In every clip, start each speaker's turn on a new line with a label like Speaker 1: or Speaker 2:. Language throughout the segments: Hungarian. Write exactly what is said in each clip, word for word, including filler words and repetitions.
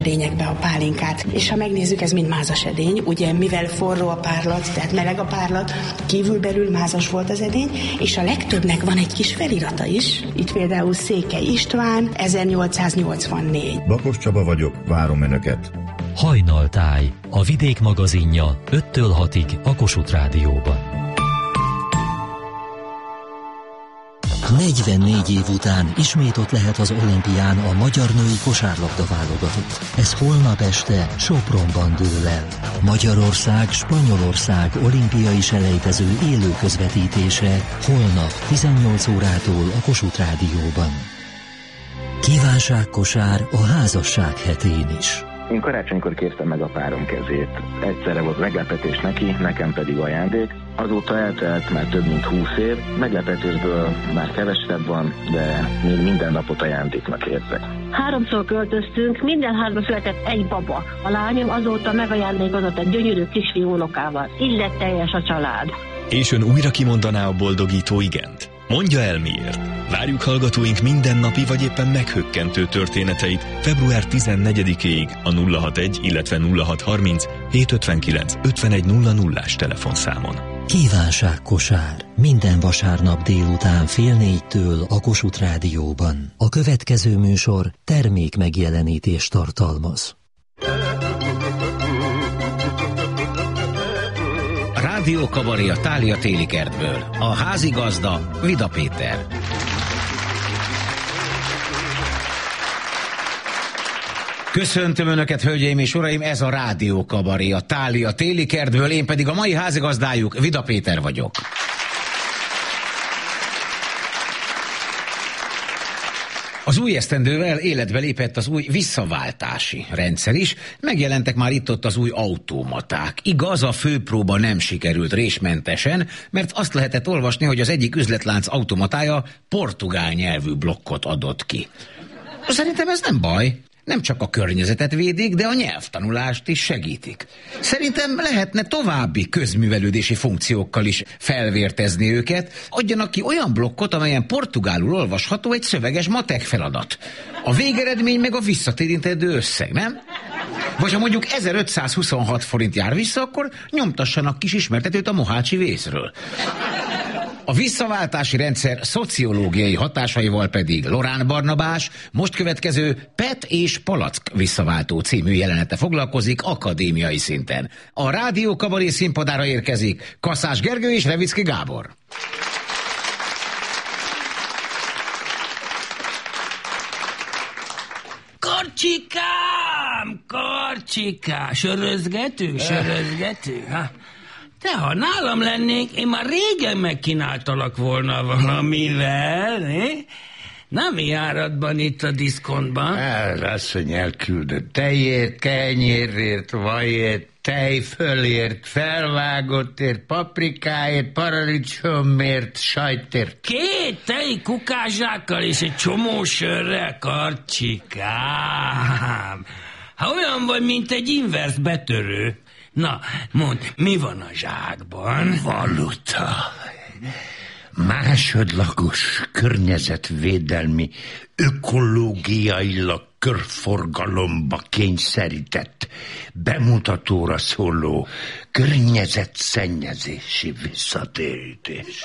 Speaker 1: edényekbe a pálinkát. És ha megnézzük, ez mind mázas edény, ugye mivel forró a párlat, tehát meleg a párlat, kívülbelül mázas volt az edény, és a legtöbbnek van egy kis felirata is. Itt például Székely István, ezernyolcszáznyolcvannégy.
Speaker 2: Bakos Csaba vagyok, várom Önöket.
Speaker 3: Hajnaltáj, a Vidék magazinja öttől hatig a Kossuth Rádióban.
Speaker 4: negyvennégy év után ismét ott lehet az olimpián a magyar női kosárlabda válogatott. Ez holnap este Sopronban dől el. Magyarország, Spanyolország olimpiai selejtező élő közvetítése holnap tizennyolc órától a Kossuth Rádióban. Kívánságkosár a házasság hetén is.
Speaker 5: Én karácsonykor kértem meg a párom kezét. Egyszerre volt meglepetés neki, nekem pedig ajándék. Azóta eltelt már több mint húsz év, meglepetésből már kevesebb van, de még minden napot ajándéknak érzek.
Speaker 6: Háromszor költöztünk, minden házba született egy baba. A lányom azóta megajándékozott egy gyönyörű kisfiú unokával. Így lett teljes a család.
Speaker 7: És ön újra kimondaná a boldogító igent? Mondja el miért. Várjuk hallgatóink mindennapi vagy éppen meghökkentő történeteit február tizennegyedikéig a nulla hatvanegy, illetve nulla hatszázharminc hétszázötvenkilenc ötvenegy nulla nullás telefonszámon.
Speaker 4: Kívánságkosár. Minden vasárnap délután fél négytől a Kossuth Rádióban. A következő műsor termék megjelenítést tartalmaz.
Speaker 8: Rádió Kabaré a Thália téli kertből. A házigazda Vida Péter. Köszöntöm Önöket, hölgyeim és uraim, ez a Rádió Kabaré a Thália téli kertből, én pedig a mai házigazdájuk, Vida Péter vagyok. Az új esztendővel életbe lépett az új visszaváltási rendszer is, megjelentek már itt-ott az új automaták. Igaz, a főpróba nem sikerült résmentesen, mert azt lehetett olvasni, hogy az egyik üzletlánc automatája portugál nyelvű blokkot adott ki. Szerintem ez nem baj. Nem csak a környezetet védik, de a nyelvtanulást is segítik. Szerintem lehetne további közművelődési funkciókkal is felvértezni őket. Adjanak ki olyan blokkot, amelyen portugálul olvasható egy szöveges matek feladat. A végeredmény meg a visszatérítendő összeg, nem? Vagy ha mondjuk ezerötszázhuszonhat forint jár vissza, akkor nyomtassanak kis ismertetőt a mohácsi vészről. A visszaváltási rendszer szociológiai hatásaival pedig Lorán Barnabás most következő Pet és Palack visszaváltó című jelenete foglalkozik akadémiai szinten. A Rádió Kabaré színpadára érkezik Kaszás Gergő és Revicki Gábor.
Speaker 9: Karcsikám, karcsikám, sörözgető, sörözgető, ha? Te, ha nálam lennék, én már régen megkínáltalak volna valamivel, né? Na, mi áradban itt a diszkontban?
Speaker 10: Ez asszony elküldött tejért, kenyérért, vajért, tejfölért, felvágottért, paprikáért, paradicsomért, sajtért.
Speaker 9: Két tej kukázsákkal és egy csomó sörrel, karcsikám. Ha olyan vagy, mint egy inverse betörő. Na, mondd, mi van a zsákban?
Speaker 10: Valuta. Másodlagos környezetvédelmi, ökológiailag körforgalomba kényszerített, bemutatóra szóló környezetszennyezési visszatérítés.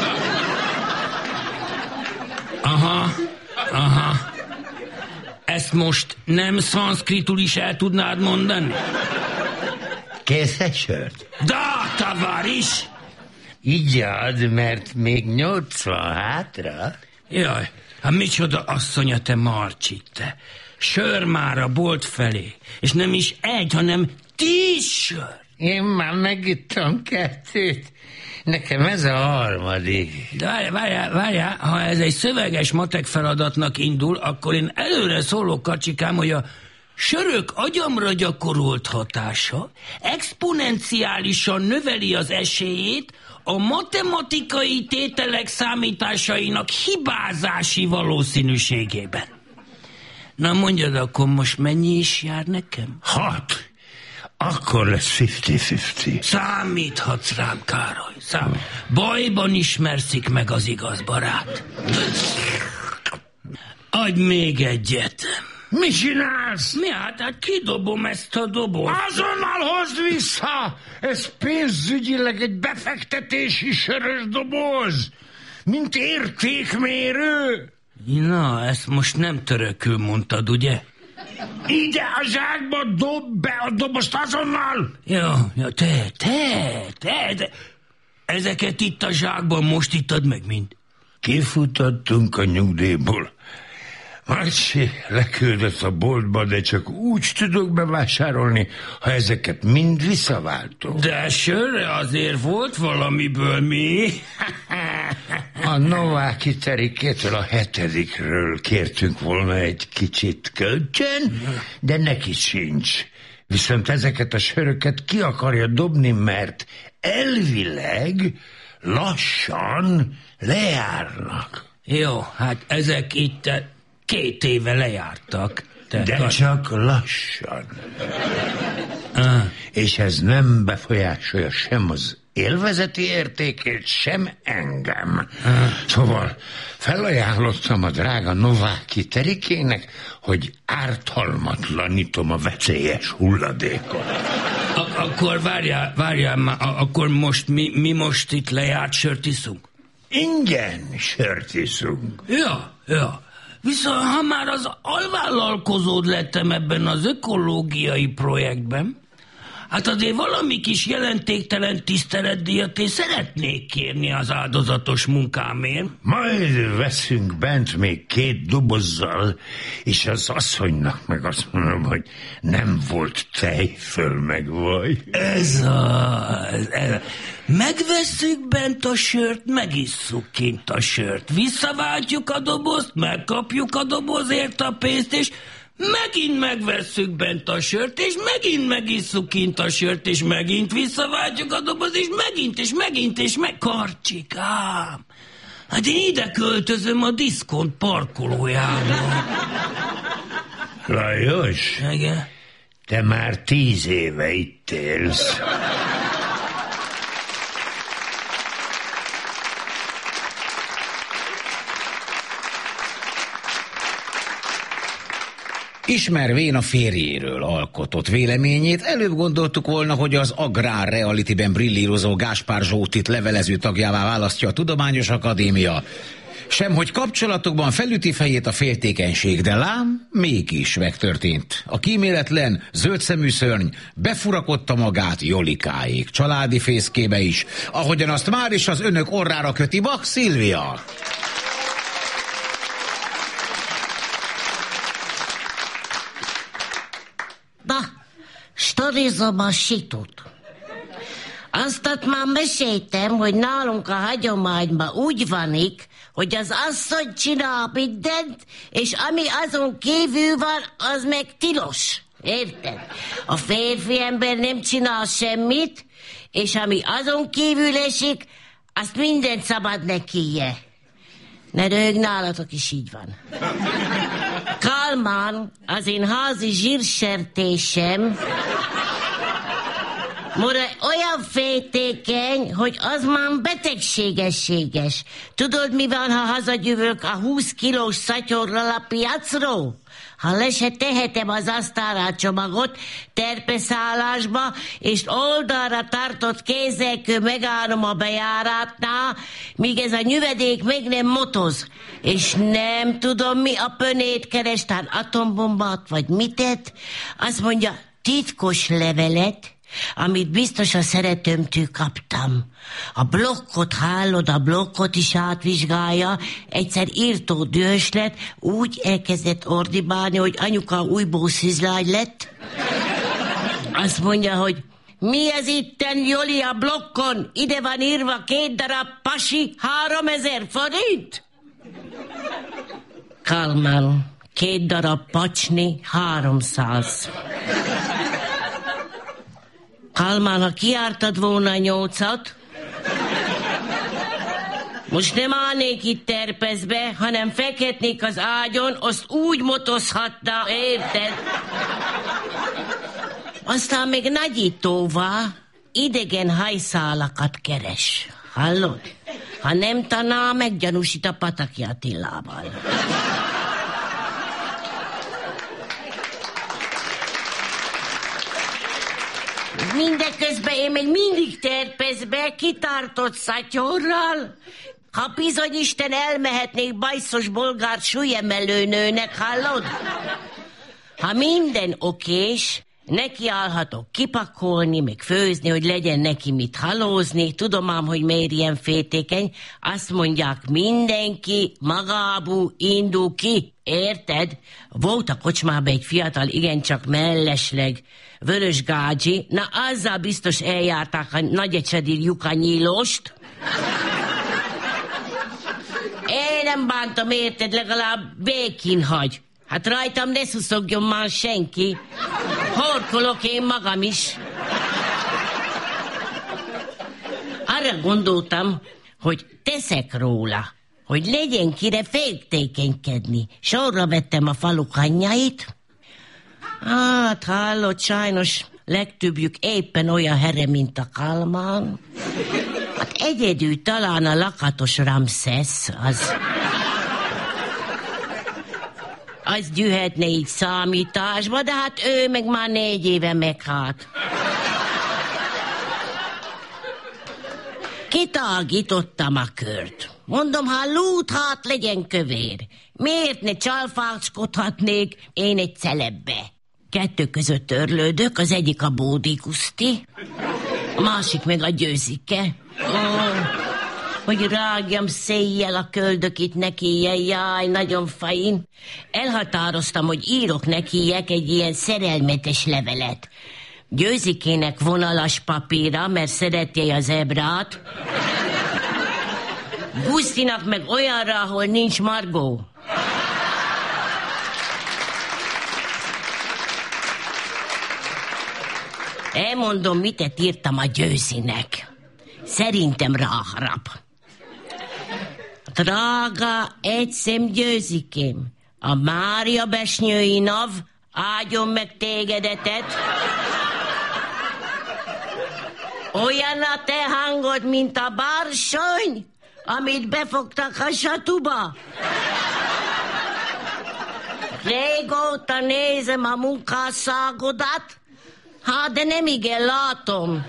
Speaker 9: Aha, aha. Ezt most nem szanszkritul is el tudnád mondani?
Speaker 10: Kész egy sört?
Speaker 9: Da, tavaris!
Speaker 10: Igyad, mert még nyolcvan hátra.
Speaker 9: Jaj, hát micsoda asszony a te Marcsi, te. Sör már a bolt felé. És nem is egy, hanem tíz sör.
Speaker 10: Én már megittam kettőt. Nekem ez a harmadik.
Speaker 9: De várjál, várjál, várjál, ha ez egy szöveges matek feladatnak indul, akkor én előre szólok, karcsikám, hogy a sörök agyamra gyakorolt hatása exponenciálisan növeli az esélyét a matematikai tételek számításainak hibázási valószínűségében. Na mondjad, akkor most mennyi is jár nekem?
Speaker 10: Hat. Akkor lesz fifty-fifty.
Speaker 9: Számíthatsz rám, Károly, szám. Bajban ismerszik meg az igaz barát. Adj még egyet.
Speaker 10: Mi csinálsz?
Speaker 9: Mi hát, hát kidobom ezt a dobozt.
Speaker 10: Azonnal hozd vissza! Ez pénzügyileg egy befektetési sörös doboz, mint értékmérő.
Speaker 9: Na, ezt most nem törökül mondtad, ugye?
Speaker 10: Ide a zsákba dob be a dobozt azonnal!
Speaker 9: Ja, ja, te, te, te, te. Ezeket itt a zsákban most ittad meg mind.
Speaker 10: Kifutottunk a nyugdíjból. Marci leküldött a boltba, de csak úgy tudok bevásárolni, ha ezeket mind visszaváltom.
Speaker 9: De sörre azért volt valamiből mi?
Speaker 10: A Nováki Terikétől a hetedikről kértünk volna egy kicsit kölcsön, de neki sincs. Viszont ezeket a söröket ki akarja dobni, mert elvileg lassan lejárnak.
Speaker 9: Jó, hát ezek itt két éve lejártak.
Speaker 10: De kar... csak lassan. Ah. És ez nem befolyásolja sem az élvezeti értékét, sem engem. Ah. Szóval felajánlottam a drága Nováki Terikének, hogy ártalmatlanítom a veszélyes hulladékot.
Speaker 9: Ak- akkor várjál, várjál már, akkor most mi, mi most itt lejárt sört iszunk?
Speaker 10: Ingyen sört iszunk.
Speaker 9: Ja, ja. Viszont ha már az alvállalkozód lettem ebben az ökológiai projektben, hát azért valami kis jelentéktelen tiszteletdíjat én szeretnék kérni az áldozatos munkámért.
Speaker 10: Majd veszünk bent még két dobozzal, és az asszonynak meg azt mondom, hogy nem volt tejföl meg vaj.
Speaker 9: Ez az... Ez. Megvesszük bent a sört, megisszuk kint a sört. Visszaváltjuk a dobozt, megkapjuk a dobozért a pénzt, és megint megvesszük bent a sört, és megint megisszuk kint a sört, és megint visszaváltjuk a dobozt, és megint, és megint, és meg... Karcsikám, hát én ide költözöm a diszkont parkolójába.
Speaker 10: Lajos,
Speaker 9: igen?
Speaker 10: Te már tíz éve itt élsz.
Speaker 8: Ismervén a férjéről alkotott véleményét, előbb gondoltuk volna, hogy az Agrár Reality-ben brillírozó Gáspár Zsótit levelező tagjává választja a Tudományos Akadémia. Sem, hogy kapcsolatokban felüti fejét a féltékenység, de lám, mégis megtörtént. A kíméletlen, zöldszemű szörny befurakodta magát Jolikáék családi fészkébe is, ahogyan azt már is az önök orrára köti Bach Szilvia.
Speaker 11: Na, sztorizom a situt. Aztat már meséltem, hogy nálunk a hagyományban úgy vanik, hogy az asszony csinál mindent, és ami azon kívül van, az meg tilos. Érted? A férfi ember nem csinál semmit, és ami azon kívül esik, azt mindent szabad nekije. Ne röhög, nálatok is így van. Kálmán, az én házi zsírsertésem, mora olyan féltékeny, hogy az már betegségességes. Tudod, mi van, ha hazagyűvök a húsz kilós szatyorral a piacról? Ha le se tehetem az asztalra csomagot terpeszállásba, és oldalra tartott kézzel megállom a bejáratnál, míg ez a nyüvedék még nem motoz. És nem tudom, mi a pönét keres, tán atombombát, vagy mitet. Azt mondja, titkos levelet, amit biztos a szeretőmtől kaptam. A blokkot hallod, a blokkot is átvizsgálja. Egyszer írtó dühös lett, úgy elkezdett ordibálni, hogy anyuka újból szizlágy lett. Azt mondja, hogy mi ez itten, Joli, a blokkon? Ide van írva két darab pasi, háromezer forint? Kálmán, két darab pacsni, háromszáz. Kálmán, ha kiártad volna nyolcat, most nem állnék itt terpezbe, hanem feketnék az ágyon, azt úgy motozhatna, érted? Aztán még nagyítóvá idegen hajszálakat keres. Hallod? Ha nem taná, meggyanúsít a Pataki Attilával. Mindeközben én még mindig terpezbe, kitartott szatyorral. Ha bizony Isten elmehetnék bajszos bolgár súlyemelőnőnek, hallod? Ha minden okés, nekiállhatok kipakolni, meg főzni, hogy legyen neki mit halózni. Tudom ám, hogy miért ilyen fétékeny. Azt mondják, mindenki magából indul ki. Érted? Volt a kocsmában egy fiatal, igencsak mellesleg vörös gágyi. Na, azzal biztos eljárták a nagyecsedi lyukanyílóst. Én nem bántam, érted? Legalább békén hagy. Hát rajtam ne szuszogjon már senki. Horkolok én magam is. Arra gondoltam, hogy teszek róla, hogy legyen kire féltékenykedni. Sorra vettem a faluk anyjait. Hát hallott, sajnos legtöbbjük éppen olyan here, mint a Kálmán. Hát egyedül talán a lakatos Ramszesz, az... az gyűhetne így számításba, de hát ő meg már négy éve meghalt. Kitágítottam a kört. Mondom, ha lút, hát legyen kövér. Miért ne csalfácskodhatnék én egy celebbe? Kettő között törlődök, az egyik a Bódi Kuszti, a másik meg a Győzike. Oh, hogy rágjam széjjel a köldökit neki, jaj, nagyon fajn. Elhatároztam, hogy írok nekiek egy ilyen szerelmetes levelet. Győzikének vonalas papírra, mert szereti az ebrát. Gusztinak meg olyanra, ahol nincs margó. Elmondom, mitet írtam a Győzinek. Szerintem ráharap. Drága egyszem Győzikém, a Mária besnyői nav áldjon meg tégedetet. Olyan a te hangod, mint a bársony, amit befogtak a satuba. Régóta nézem a munkásságodat, hát de nem igen látom.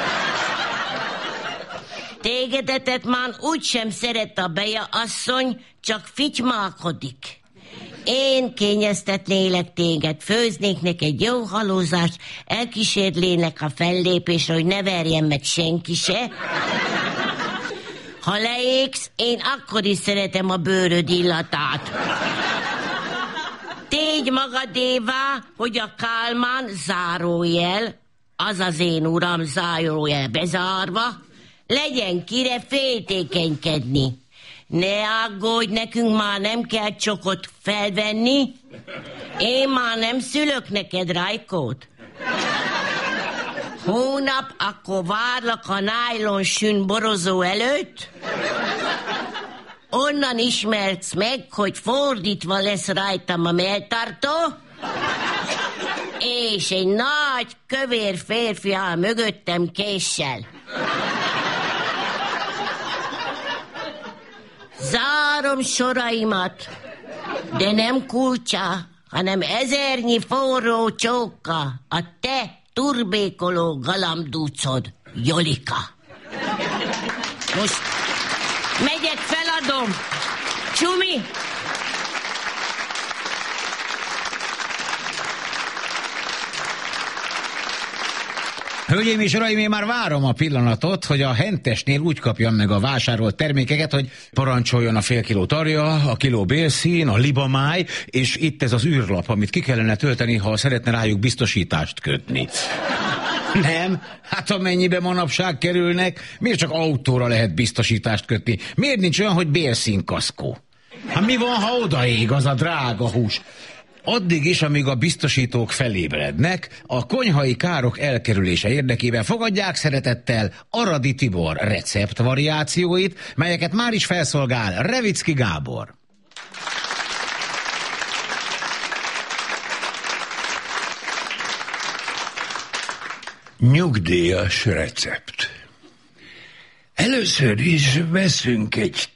Speaker 11: Tégedetet már úgysem szeret a Beja asszony, csak fitymálkodik. Én kényeztetnélek téged, főznék neked jó halózást, elkísérlének a fellépésre, hogy ne verjen meg senki se. Ha leégsz, én akkor is szeretem a bőröd illatát. Tégy magadévá, hogy a Kálmán zárójel, az az én uram zárójel bezárva, legyen kire féltékenykedni. Ne aggódj, nekünk már nem kell csokot felvenni. Én már nem szülök neked rajkót. Hónap, akkor várlak a nájlon sün borozó előtt. Onnan ismersz meg, hogy fordítva lesz rajtam a melltartó, és egy nagy, kövér férfi áll mögöttem késsel. Zárom soraimat, de nem kulcsa, hanem ezernyi forró csóka, a te turbékoló galambdúcod, Jolika. Most megyek, feladom. Csumi!
Speaker 8: Hölgyeim és uraim, én már várom a pillanatot, hogy a hentesnél úgy kapjam meg a vásárolt termékeket, hogy parancsoljon a fél kiló tarja, a kiló bélszín, a libamáj, és itt ez az űrlap, amit ki kellene tölteni, ha szeretne rájuk biztosítást kötni. Nem? Hát amennyibe manapság kerülnek, miért csak autóra lehet biztosítást kötni? Miért nincs olyan, hogy bélszínkaszkó? Hát mi van, ha odaég az a drága hús? Addig is, amíg a biztosítók felébrednek, a konyhai károk elkerülése érdekében fogadják szeretettel Aradi Tibor receptvariációit, melyeket már is felszolgál Revicki Gábor.
Speaker 10: Nyugdíjas recept. Először is veszünk egy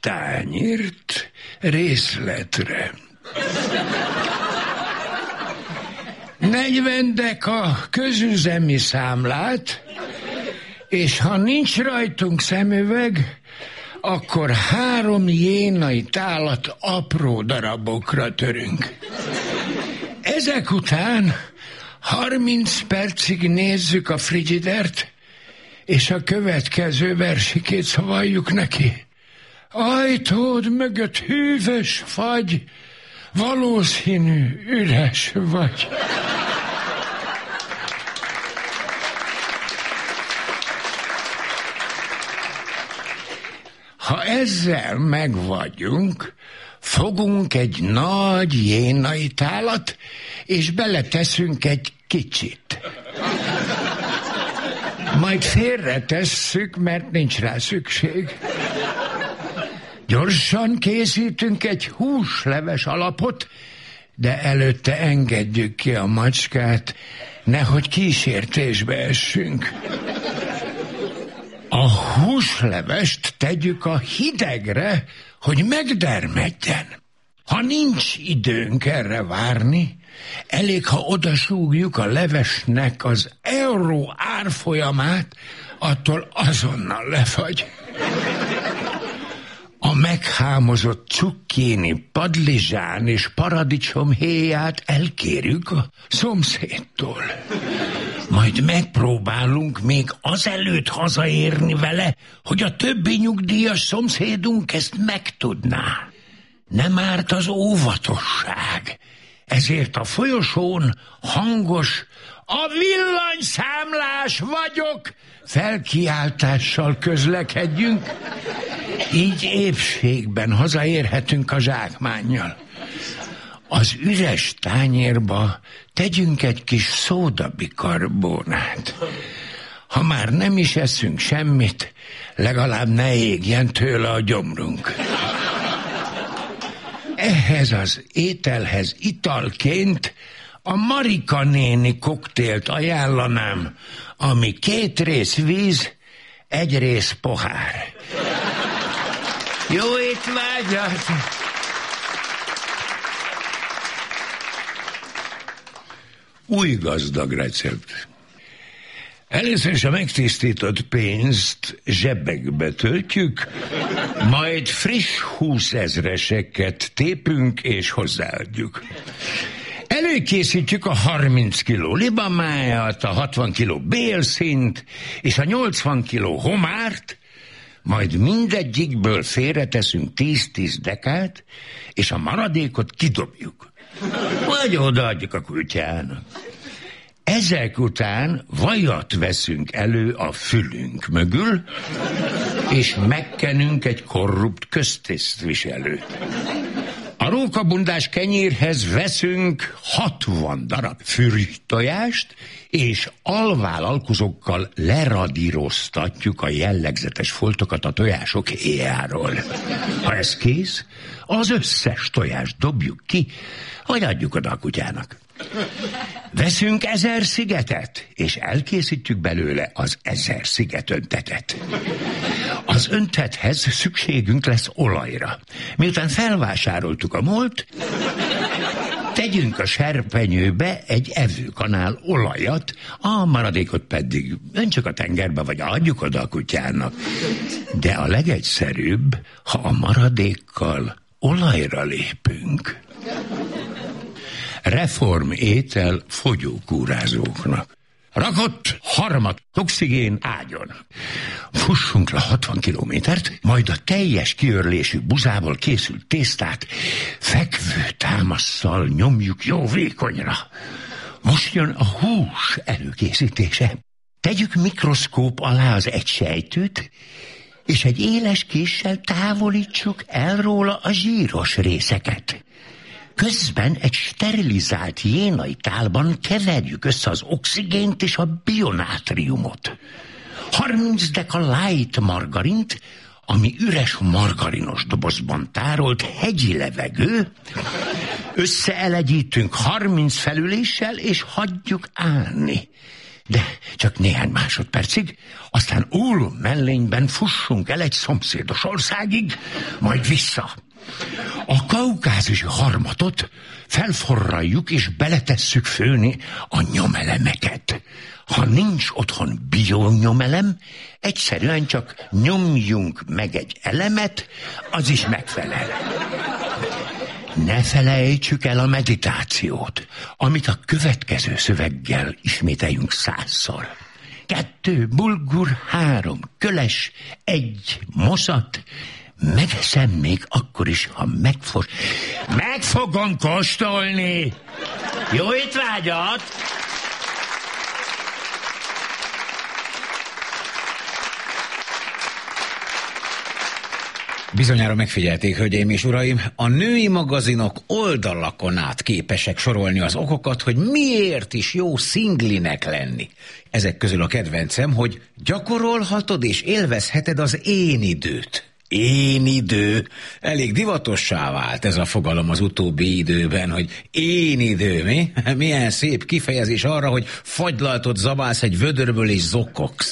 Speaker 10: tányért részletre. Ne negyven deka közüzemi számlát, és ha nincs rajtunk szemüveg, akkor három jénai tálat apró darabokra törünk. Ezek után harminc percig nézzük a frigidert, és a következő versikét szavaljuk neki. Ajtód mögött hűvös fagy, valószínű üres vagy. Ha ezzel megvagyunk, fogunk egy nagy jénai tálat, és beleteszünk egy kicsit. Majd félretesszük, mert nincs rá szükség. Gyorsan készítünk egy húsleves alapot, de előtte engedjük ki a macskát, nehogy kísértésbe essünk. A húslevest tegyük a hidegre, hogy megdermedjen. Ha nincs időnk erre várni, elég, ha odasúgjuk a levesnek az euró árfolyamát, attól azonnal lefagy. A meghámozott cukkini, padlizsán és paradicsom héját elkérjük a szomszédtól. Majd megpróbálunk még azelőtt hazaérni vele, hogy a többi nyugdíjas szomszédunk ezt megtudná. Nem árt az óvatosság. Ezért a folyosón hangos "A villanyszámlás vagyok!" felkiáltással közlekedjünk. Így épségben hazaérhetünk a zsákmánnyal. Az üres tányérba tegyünk egy kis szódabikarbónát. Ha már nem is eszünk semmit, legalább ne égjen tőle a gyomrunk. Ehhez az ételhez italként a Marika néni koktélt ajánlanám, ami két rész víz, egy rész pohár. Jó étvágyat! Új gazdag recept. Először is a megtisztított pénzt zsebekbe töltjük, majd friss húszezreseket tépünk és hozzáadjuk. Előkészítjük a harminc kiló libamájat, a hatvan kiló bélszínt és a nyolcvan kiló homárt, majd mindegyikből félreteszünk tíz-tíz dekát, és a maradékot kidobjuk. Vagy odaadjuk a kutyának. Ezek után vajat veszünk elő a fülünk mögül, és megkenünk egy korrupt köztisztviselőt. A rókabundás kenyérhez veszünk hatvan darab füriytojást, és alválalkozókkal leradíroztatjuk a jellegzetes foltokat a tojások héjáról. Ha ez kész, az összes tojást dobjuk ki, vagy adjuk oda a kutyának. Veszünk ezer szigetet, és elkészítjük belőle az ezer sziget öntetet. Az öntethez szükségünk lesz olajra. Miután felvásároltuk a molt, tegyünk a serpenyőbe egy evőkanál olajat, a maradékot pedig öntsük a tengerbe, vagy adjuk oda a kutyának. De a legegyszerűbb, ha a maradékkal olajra lépünk. Reform étel fogyókúrázóknak. Rakott harmad oxigén ágyon. Fussunk le hatvan kilométert, majd a teljes kiörlésű buzából készült tésztát fekvő támasszal nyomjuk jó vékonyra. Most jön a hús előkészítése. Tegyük mikroszkóp alá az egysejtőt, és egy éles késsel távolítsuk el róla a zsíros részeket. Közben egy sterilizált jénai tálban keverjük össze az oxigént és a bionátriumot. harminc deka light margarint, ami üres margarinos dobozban tárolt hegyi levegő, összeelegyítünk harminc felüléssel, és hagyjuk állni. De csak néhány másodpercig, aztán ólom mellényben fussunk el egy szomszédos országig, majd vissza. A kaukázusi harmatot felforraljuk és beletesszük főni a nyomelemeket. Ha nincs otthon bionyomelem, egyszerűen csak nyomjunk meg egy elemet, az is megfelel. Ne felejtsük el a meditációt, amit a következő szöveggel ismételjünk százszor. Kettő bulgur, három köles, egy moszat, megeszem még akkor is, ha megfos... Meg fogom kóstolni! Jó étvágyat!
Speaker 8: Bizonyára megfigyelték, hölgyeim és uraim, a női magazinok oldalakon át képesek sorolni az okokat, hogy miért is jó szinglinek lenni. Ezek közül a kedvencem, hogy gyakorolhatod és élvezheted az én időt. Én idő. Elég divatossá vált ez a fogalom az utóbbi időben, hogy én idő, mi? Milyen szép kifejezés arra, hogy fagylaltot zabálsz egy vödörből és zokkogsz.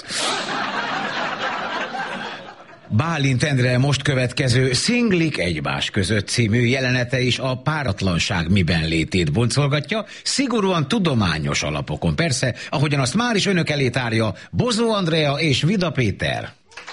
Speaker 8: Bálint Endre most következő Szinglik egymás között című jelenete is a páratlanság miben létét boncolgatja, szigorúan tudományos alapokon. Persze, ahogyan azt már is önök elé tárja Bozó Andrea és Vida Péter.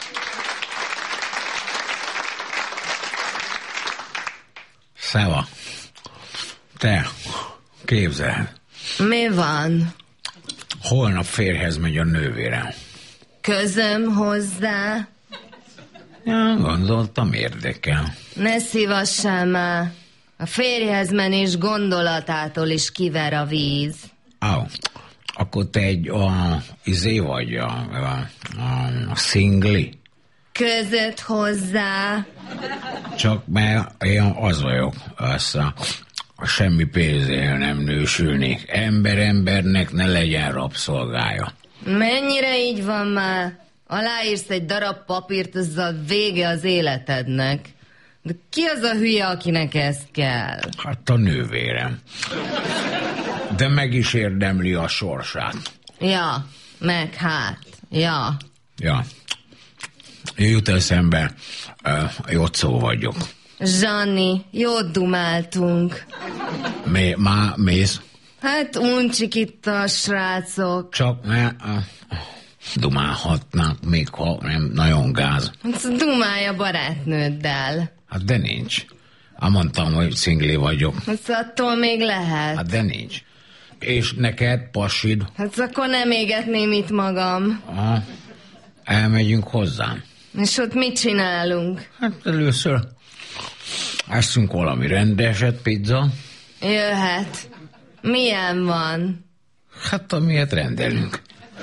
Speaker 8: Szeva. Te, képzeld.
Speaker 12: Mi van?
Speaker 8: Holnap férjhez megy a nővérem.
Speaker 12: Közöm hozzá?
Speaker 8: Ja, gondoltam, érdekel.
Speaker 12: Ne szívassál már. A férjhez menés gondolatától is kiver a víz.
Speaker 8: Á, akkor te egy a, izé vagy, a, a, a, a szingli?
Speaker 12: Között hozzá.
Speaker 8: Csak mert én az vagyok, azt a, a semmi pénzél nem nősülnék. Ember embernek ne legyen rabszolgája.
Speaker 12: Mennyire így van már? Aláírsz egy darab papírt, azzal vége az életednek. De ki az a hülye, akinek ez kell?
Speaker 8: Hát a nővérem. De meg is érdemli a sorsát.
Speaker 12: Ja, meg hát, ja.
Speaker 8: Ja. Jut eszembe, uh, Jocó vagyok.
Speaker 12: Zsani, jót dumáltunk.
Speaker 8: Mi, má, mész?
Speaker 12: Hát uncsik itt a srácok.
Speaker 8: Csak ne... Uh, dumálhatnak, még ha nem nagyon gáz.
Speaker 12: Dumálj a barátnőddel.
Speaker 8: Hát de nincs. Hát mondtam, hogy szingli vagyok.
Speaker 12: Hát attól még lehet.
Speaker 8: Hát de nincs. És neked, passid?
Speaker 12: Hát akkor nem égetném itt magam.
Speaker 8: Aha. Elmegyünk hozzám.
Speaker 12: És ott mit csinálunk?
Speaker 8: Hát először eszünk valami rendeset, pizza.
Speaker 12: Jöhet. Milyen van?
Speaker 8: Hát amilyet rendelünk.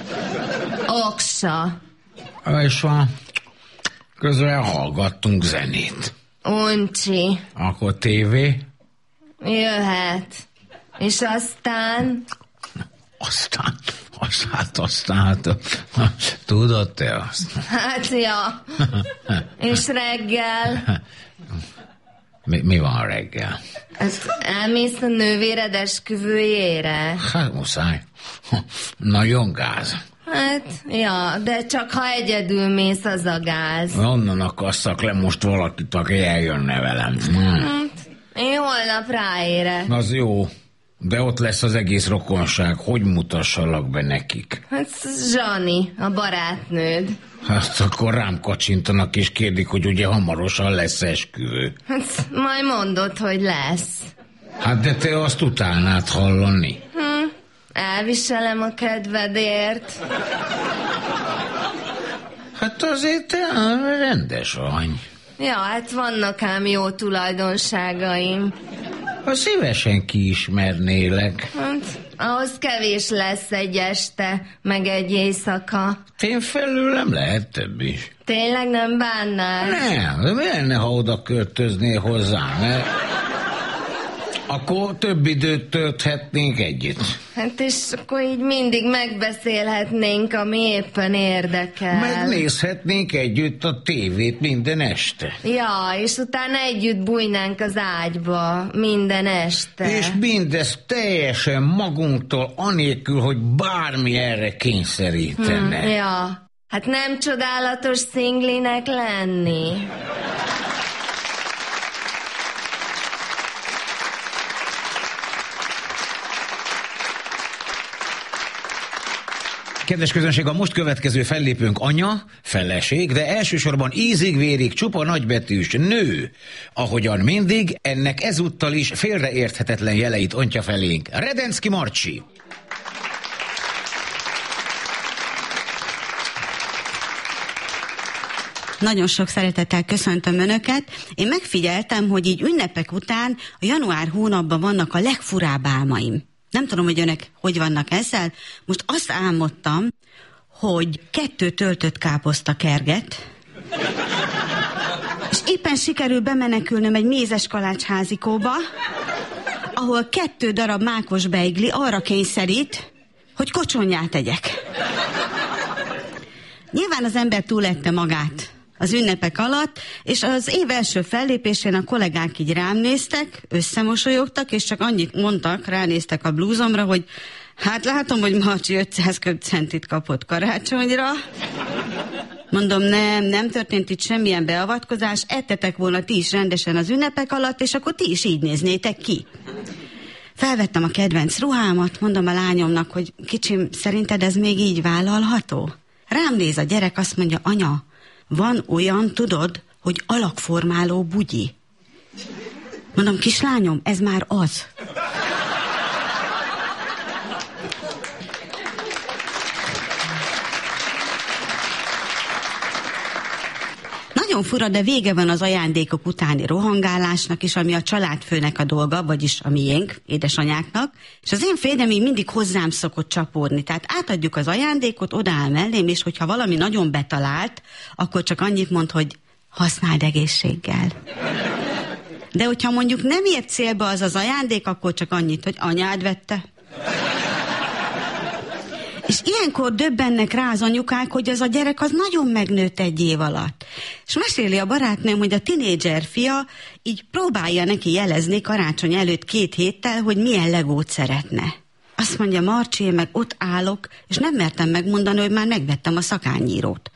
Speaker 12: Oksa.
Speaker 8: És van, közben hallgattunk zenét.
Speaker 12: Uncsi.
Speaker 8: Akkor tévé.
Speaker 12: Jöhet. És aztán?
Speaker 8: Aztán, az, hát aztán, hát, tudod te azt?
Speaker 12: Hát, ja. És reggel?
Speaker 8: Mi, mi van reggel?
Speaker 12: Ezt elmész a nővéred esküvőjére?
Speaker 8: Hát muszáj. Nagyon gáz.
Speaker 12: Hát, ja, de csak ha egyedül mész, az a gáz.
Speaker 8: Onnan akasszak le most valakit, aki eljönne velem. Hmm.
Speaker 12: Hát, én holnap ráérek.
Speaker 8: Az jó, de ott lesz az egész rokonság. Hogy mutassalak be nekik?
Speaker 12: Hát Zsani, a barátnőd.
Speaker 8: Hát akkor rám kacsintanak és kérdik, hogy ugye hamarosan lesz esküvő.
Speaker 12: Hát majd mondod, hogy lesz.
Speaker 8: Hát de te azt utálnád hallani.
Speaker 12: Hm, elviselem a kedvedért.
Speaker 8: Hát azért te rendes vagy.
Speaker 12: Ja, hát vannak ám jó tulajdonságaim.
Speaker 8: Ha szívesen kiismernélek.
Speaker 12: Hát, ahhoz kevés lesz egy este, meg egy éjszaka.
Speaker 8: Én felőlem lehet több is.
Speaker 12: Tényleg nem bánnál?
Speaker 8: Nem, de mi lenne, ha oda költöznél hozzám, mert akkor több időt tölthetnénk együtt.
Speaker 12: Hát és akkor így mindig megbeszélhetnénk, ami éppen érdekel.
Speaker 8: Megnézhetnénk együtt a tévét minden este.
Speaker 12: Ja, és utána együtt bújnánk az ágyba minden este.
Speaker 8: És mindezt teljesen magunktól, anélkül, hogy bármi erre kényszerítene.
Speaker 12: Hm, ja, hát nem csodálatos szinglinek lenni?
Speaker 8: Kedves közönség, a most következő fellépőnk anya, feleség, de elsősorban ízig-vérig csupa nagybetűs nő. Ahogyan mindig, ennek ezúttal is félreérthetetlen jeleit ontja felénk Redenszky Marcsi.
Speaker 13: Nagyon sok szeretettel köszöntöm Önöket. Én megfigyeltem, hogy így ünnepek után a január hónapban vannak a legfurább álmaim. Nem tudom, hogy Önök hogy vannak ezzel. Most azt álmodtam, hogy kettő töltött káposzta kerget, és éppen sikerül bemenekülnöm egy mézes kalácsházikóba, ahol kettő darab mákos beigli arra kényszerít, hogy kocsonyát tegyek. Nyilván az ember túlette magát az ünnepek alatt, és az év első fellépésén a kollégák így rám néztek, összemosolyogtak, és csak annyit mondtak, ránéztek a blúzomra, hogy hát látom, hogy Marcsi ötszáz köbcentit kapott karácsonyra. Mondom, nem, nem történt itt semmilyen beavatkozás, ettetek volna ti is rendesen az ünnepek alatt, és akkor ti is így néznétek ki. Felvettem a kedvenc ruhámat, mondom a lányomnak, hogy kicsim, szerinted ez még így vállalható? Rám néz a gyerek, azt mondja, anya, van olyan, tudod, hogy alakformáló bugyi. Mondom, kislányom, ez már az. Nagyon fura, de vége van az ajándékok utáni rohangálásnak is, ami a családfőnek a dolga, vagyis a miénk, édesanyáknak, és az én férjem még mindig hozzám szokott csapódni. Tehát átadjuk az ajándékot, odaáll mellém, és hogyha valami nagyon betalált, akkor csak annyit mond, hogy használd egészséggel. De hogyha mondjuk nem ért célba az az ajándék, akkor csak annyit, hogy anyád vette. És ilyenkor döbbennek rá az anyukák, hogy az a gyerek az nagyon megnőtt egy év alatt. És meséli a barátnőm, hogy a tinédzser fia így próbálja neki jelezni karácsony előtt két héttel, hogy milyen legót szeretne. Azt mondja, Marcsi, én meg ott állok, és nem mertem megmondani, hogy már megvettem a szakányírót.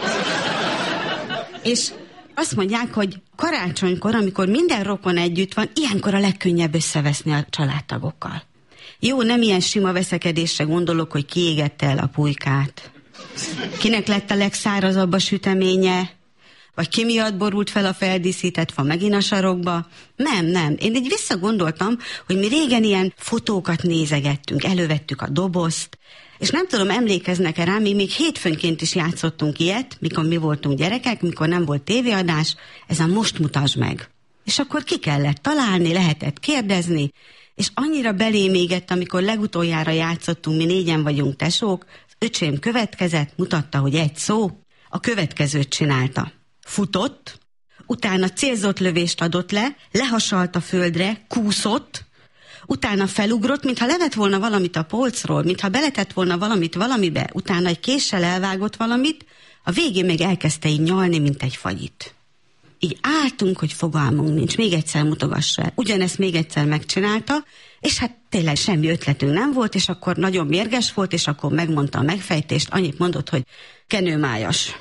Speaker 13: És azt mondják, hogy karácsonykor, amikor minden rokon együtt van, ilyenkor a legkönnyebb összeveszni a családtagokkal. Jó, nem ilyen sima veszekedésre gondolok, hogy kiégette el a pulykát. Kinek lett a legszárazabb a süteménye? Vagy ki miatt borult fel a feldíszített fa megint a sarokba? Nem, nem. Én így visszagondoltam, hogy mi régen ilyen fotókat nézegettünk, elővettük a dobozt, és nem tudom, emlékeznek-e rá, mi még hétfőnként is játszottunk ilyet, mikor mi voltunk gyerekek, mikor nem volt tévéadás, ez a most mutasd meg. És akkor ki kellett találni, lehetett kérdezni, és annyira belém égett, amikor legutoljára játszottunk, mi négyen vagyunk tesók, az öcsém következett, mutatta, hogy egy szó, a következőt csinálta. Futott, utána célzott lövést adott le, lehasalt a földre, kúszott, utána felugrott, mintha levett volna valamit a polcról, mintha beletett volna valamit valamibe, utána egy késsel elvágott valamit, a végén még elkezdte így nyalni, mint egy fagyit. Így álltunk, hogy fogalmunk nincs, még egyszer mutogassa el. Ugyanezt még egyszer megcsinálta, és hát tényleg semmi ötletünk nem volt, és akkor nagyon mérges volt, és akkor megmondta a megfejtést, annyit mondott, hogy kenőmájas.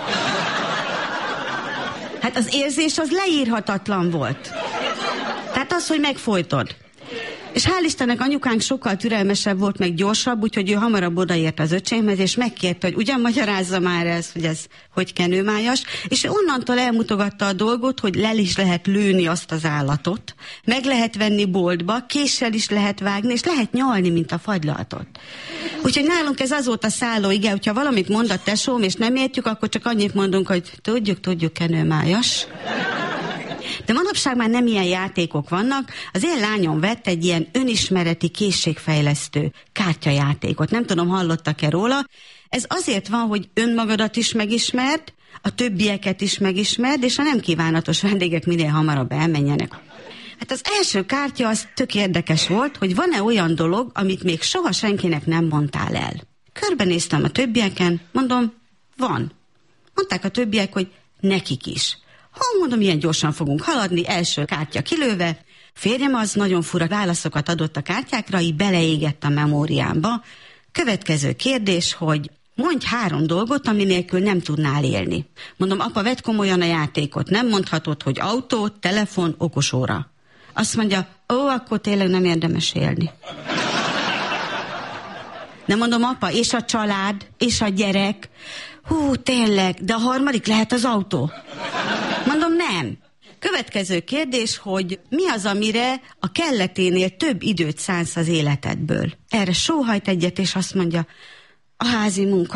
Speaker 13: Hát az érzés az leírhatatlan volt. Tehát az, hogy megfojtod. És hál' Istennek anyukánk sokkal türelmesebb volt, meg gyorsabb, úgyhogy ő hamarabb odaért az öcsémhez, és megkérte, hogy ugyan magyarázza már ez, hogy ez hogy kenőmájas, és ő onnantól elmutogatta a dolgot, hogy le is lehet lőni azt az állatot, meg lehet venni boltba, késsel is lehet vágni, és lehet nyalni, mint a fagylaltot. Úgyhogy nálunk ez azóta szálló, igen, hogyha valamit mond a tesóm, és nem értjük, akkor csak annyit mondunk, hogy tudjuk, tudjuk, kenőmájas. De manapság már nem ilyen játékok vannak. Az én lányom vett egy ilyen önismereti készségfejlesztő kártyajátékot. Nem tudom, hallottak-e róla. Ez azért van, hogy önmagadat is megismerd, a többieket is megismerd, és a nem kívánatos vendégek minél hamarabb elmenjenek. Hát az első kártya az tök érdekes volt, hogy van-e olyan dolog, amit még soha senkinek nem mondtál el. Körbenéztem a többieken, mondom, van. Mondták a többiek, hogy nekik is. Ha mondom, ilyen gyorsan fogunk haladni, első kártya kilőve. Férjem az nagyon fura válaszokat adott a kártyákra, így beleégett a memóriámba. Következő kérdés, hogy mondj három dolgot, ami nélkül nem tudnál élni. Mondom, apa, vedd komolyan a játékot, nem mondhatod, hogy autó, telefon, okosóra. Azt mondja, ó, akkor tényleg nem érdemes élni. Nem mondom, apa, és a család, és a gyerek. Hú, tényleg, de a harmadik lehet az autó. Mondom, nem. Következő kérdés, hogy mi az, amire a kelleténél több időt szánsz az életedből? Erre sóhajt egyet, és azt mondja, a házi munka.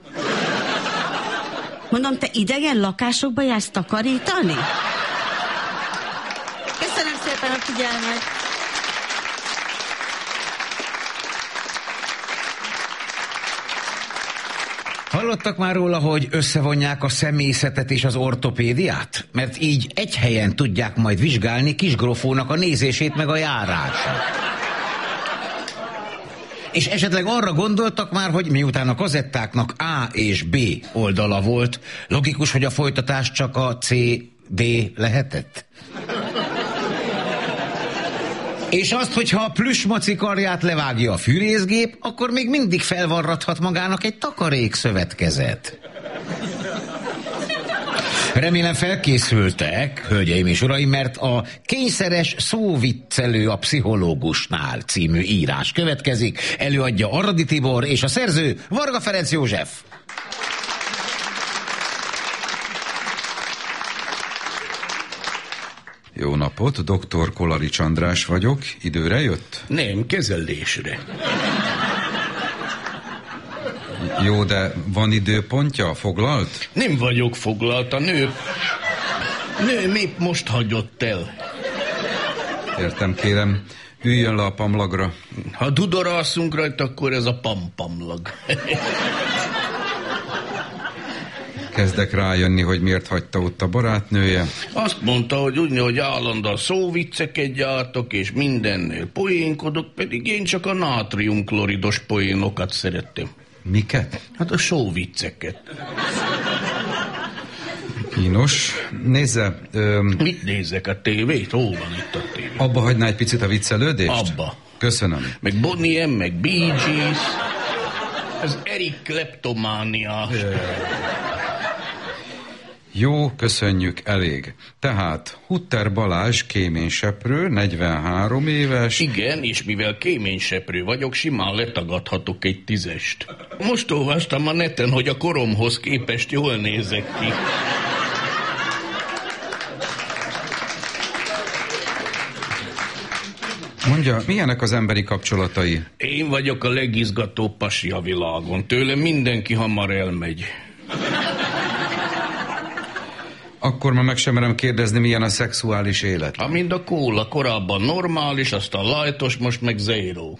Speaker 13: Mondom, te idegen lakásokba jársz takarítani? Köszönöm szépen a figyelmet!
Speaker 8: Hallottak már róla, hogy összevonják a szemészetet és az ortopédiát? Mert így egy helyen tudják majd vizsgálni Kisgrófónak a nézését meg a járását. És esetleg arra gondoltak már, hogy miután a kazettáknak A és B oldala volt, logikus, hogy a folytatás csak a C D lehetett? És azt, hogyha a plüsmaci karját levágja a fűrészgép, akkor még mindig felvarrathat magának egy takarékszövetkezet. Remélem felkészültek, hölgyeim és uraim, mert a Kényszeres szóviccelő a pszichológusnál című írás következik. Előadja Aradi Tibor és a szerző Varga Ferenc József.
Speaker 14: Jó napot, doktor Kolarics András vagyok. Időre jött?
Speaker 10: Nem, kezelésre.
Speaker 14: Jó, de van időpontja? Foglalt?
Speaker 10: Nem vagyok foglalt, a nő... Nő épp most hagyott el.
Speaker 14: Értem, kérem. Üljön le a pamlagra.
Speaker 10: Ha dudora alszunk rajta, akkor ez a pampamlag.
Speaker 14: Kezdek rájönni, hogy miért hagyta ott a barátnője.
Speaker 10: Azt mondta, hogy úgy, hogy állandóan szóvicceket gyártok, és mindennél poénkodok, pedig én csak a nátriumkloridos poénokat szerettem.
Speaker 14: Miket?
Speaker 10: Hát a szóvicceket.
Speaker 14: Kínos. Nézze... Öm...
Speaker 10: Mit nézek, a tévét? Hol van itt a tévé?
Speaker 14: Abba hagyná egy picit a viccelődést?
Speaker 10: Abba.
Speaker 14: Köszönöm.
Speaker 10: Meg Bonnie M, meg Bee Gees. Ez Eric Kleptománia.
Speaker 14: Jó, köszönjük, elég. Tehát Hutter Balázs kéményseprő, negyvenhárom éves.
Speaker 10: Igen, és mivel kéményseprő vagyok, simán letagadhatok egy tízest. Most olvastam a neten, hogy a koromhoz képest jól nézek ki.
Speaker 14: Mondja, milyenek az emberi kapcsolatai?
Speaker 10: Én vagyok a legizgatóbb pasi a világon. Tőlem mindenki hamar elmegy.
Speaker 14: Akkor ma meg sem merem kérdezni, milyen a szexuális élet.
Speaker 10: Ha mind a kóla, korábban normális, aztán lajtos, most meg zero.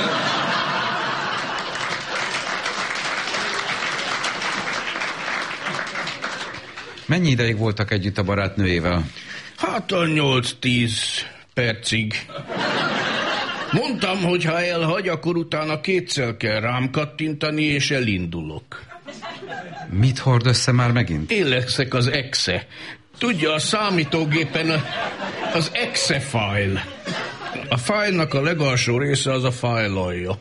Speaker 14: Mennyi ideig voltak együtt a barátnőjével?
Speaker 10: Hát a nyolc-tíz percig. Mondtam, hogy ha elhagy, akkor utána kétszer kell rám kattintani, és elindulok.
Speaker 14: Mit hord össze már megint?
Speaker 10: Én leszek az exe. Tudja, a számítógépen a, az exe file. A fájlnak a legalsó része az a fájlalja.